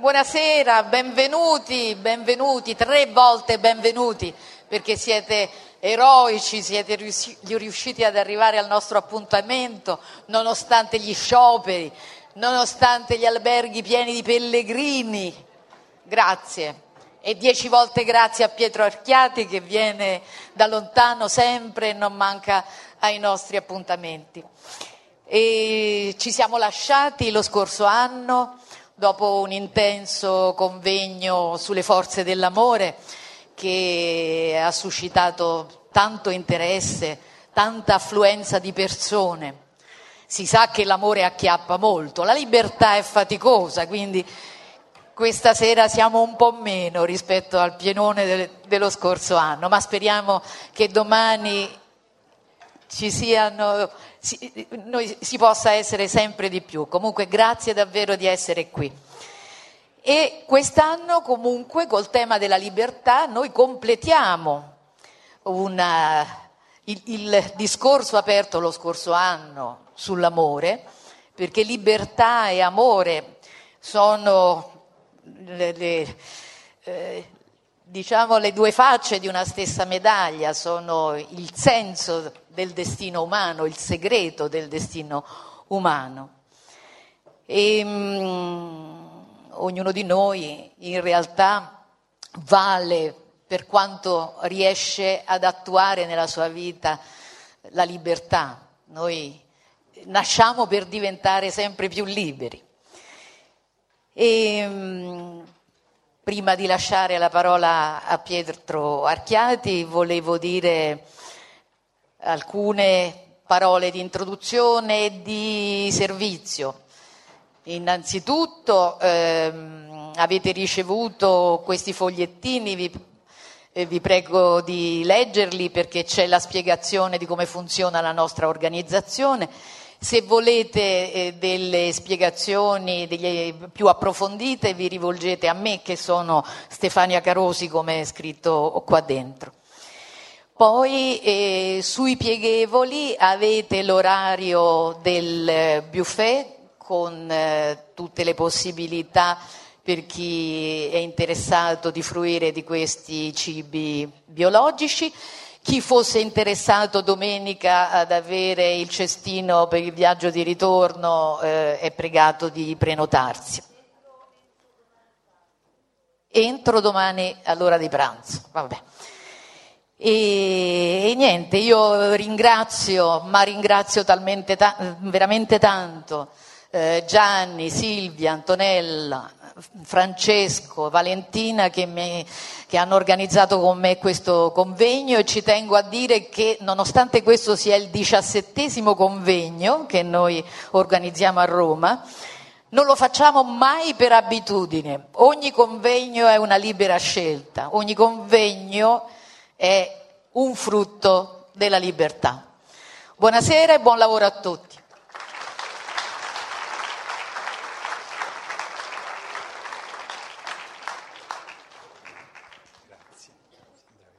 Buonasera, benvenuti, 3 volte benvenuti, perché siete eroici, siete riusciti ad arrivare al nostro appuntamento, nonostante gli scioperi, nonostante gli alberghi pieni di pellegrini. Grazie. E 10 volte grazie a Pietro Archiati, che viene da lontano sempre e non manca ai nostri appuntamenti. E ci siamo lasciati lo scorso anno dopo un intenso convegno sulle forze dell'amore che ha suscitato tanto interesse, tanta affluenza di persone. Si sa che l'amore acchiappa molto, la libertà è faticosa, quindi questa sera siamo un po' meno rispetto al pienone dello scorso anno, ma speriamo che domani si possa essere sempre di più. Comunque grazie davvero di essere qui. E quest'anno comunque col tema della libertà noi completiamo il discorso aperto lo scorso anno sull'amore, perché libertà e amore sono le 2 facce di una stessa medaglia, sono il senso del destino umano, il segreto del destino umano. E ognuno di noi in realtà vale per quanto riesce ad attuare nella sua vita la libertà. Noi nasciamo per diventare sempre più liberi. E prima di lasciare la parola a Pietro Archiati volevo dire alcune parole di introduzione e di servizio. Innanzitutto avete ricevuto questi fogliettini, vi prego di leggerli perché c'è la spiegazione di come funziona la nostra organizzazione. Se volete delle spiegazioni più approfondite vi rivolgete a me, che sono Stefania Carosi, come è scritto qua dentro. Poi sui pieghevoli avete l'orario del buffet con tutte le possibilità per chi è interessato di fruire di questi cibi biologici. Chi fosse interessato domenica ad avere il cestino per il viaggio di ritorno è pregato di prenotarsi. Entro domani all'ora di pranzo. Vabbè. E niente, io ringrazio veramente tanto Gianni, Silvia, Antonella, Francesco, Valentina che hanno organizzato con me questo convegno, e ci tengo a dire che nonostante questo sia il 17° convegno che noi organizziamo a Roma, non lo facciamo mai per abitudine. Ogni convegno è una libera scelta, ogni convegno è un frutto della libertà. Buonasera e buon lavoro a tutti.